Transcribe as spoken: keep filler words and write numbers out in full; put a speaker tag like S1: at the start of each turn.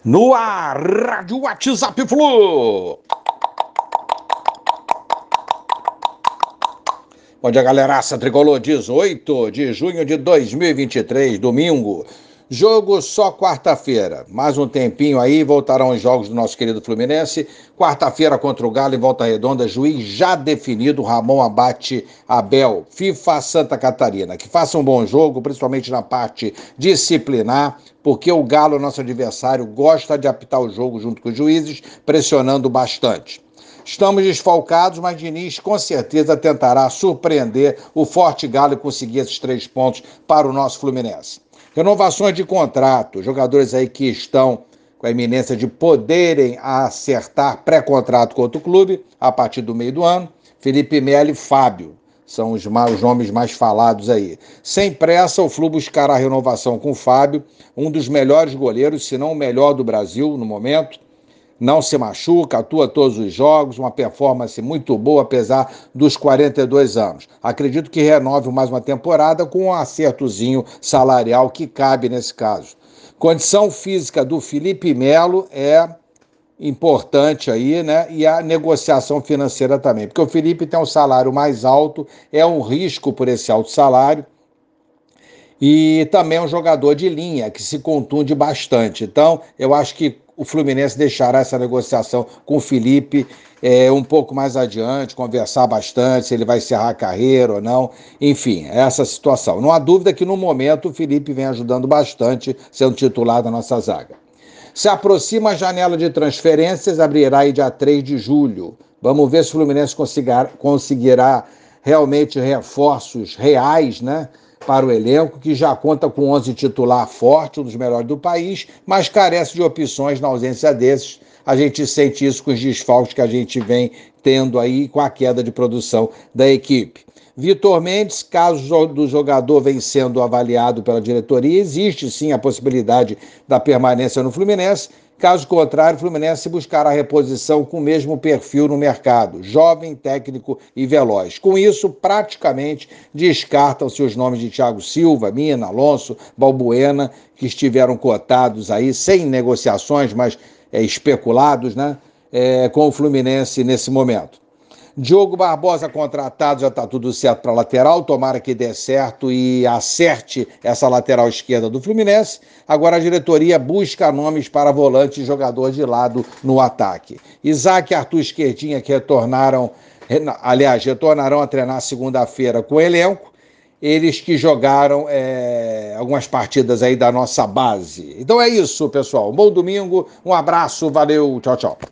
S1: No ar, Rádio WhatsApp Flu. Bom dia, galeraça tricolor, dezoito de junho de dois mil e vinte e três, domingo. Jogo só quarta-feira. Mais um tempinho aí, voltarão os jogos do nosso querido Fluminense. Quarta-feira contra o Galo em Volta Redonda, juiz já definido, Ramon Abate Abel, FIFA Santa Catarina. Que faça um bom jogo, principalmente na parte disciplinar, porque o Galo, nosso adversário, gosta de apitar o jogo junto com os juízes, pressionando bastante. Estamos desfalcados, mas Diniz com certeza tentará surpreender o forte Galo e conseguir esses três pontos para o nosso Fluminense. Renovações de contrato, jogadores aí que estão com a iminência de poderem acertar pré-contrato com outro clube a partir do meio do ano. Felipe Melo e Fábio são os, mais, os nomes mais falados aí. Sem pressa, o Flu buscará a renovação com o Fábio, um dos melhores goleiros, se não o melhor do Brasil no momento. Não se machuca, atua todos os jogos, uma performance muito boa, apesar dos quarenta e dois anos. Acredito que renove mais uma temporada com um acertozinho salarial que cabe nesse caso. Condição física do Felipe Melo é importante aí, né? E a negociação financeira também, porque o Felipe tem um salário mais alto, é um risco por esse alto salário. E também é um jogador de linha, que se contunde bastante. Então, eu acho que o Fluminense deixará essa negociação com o Felipe é, um pouco mais adiante, conversar bastante, se ele vai encerrar a carreira ou não. Enfim, é essa situação. Não há dúvida que, no momento, o Felipe vem ajudando bastante, sendo titular da nossa zaga. Se aproxima a janela de transferências, abrirá aí dia três de julho. Vamos ver se o Fluminense conseguirá, conseguirá realmente reforços reais, né? Para o elenco, que já conta com onze titular forte, um dos melhores do país, mas carece de opções na ausência desses. A gente sente isso com os desfalques que a gente vem tendo aí com a queda de produção da equipe. Vitor Mendes, caso do jogador venha sendo avaliado pela diretoria, existe sim a possibilidade da permanência no Fluminense. Caso contrário, o Fluminense buscará reposição com o mesmo perfil no mercado, jovem, técnico e veloz. Com isso, praticamente descartam-se os nomes de Thiago Silva, Mina, Alonso, Balbuena, que estiveram cotados aí, sem negociações, mas é, especulados, né, é, com o Fluminense nesse momento. Diogo Barbosa contratado, já está tudo certo para lateral, tomara que dê certo e acerte essa lateral esquerda do Fluminense. Agora a diretoria busca nomes para volante e jogador de lado no ataque. Isaac e Arthur Esquerdinha, que retornaram, aliás, retornarão a treinar segunda-feira com o elenco, eles que jogaram é, algumas partidas aí da nossa base. Então é isso, pessoal. Um bom domingo, um abraço, valeu, tchau, tchau.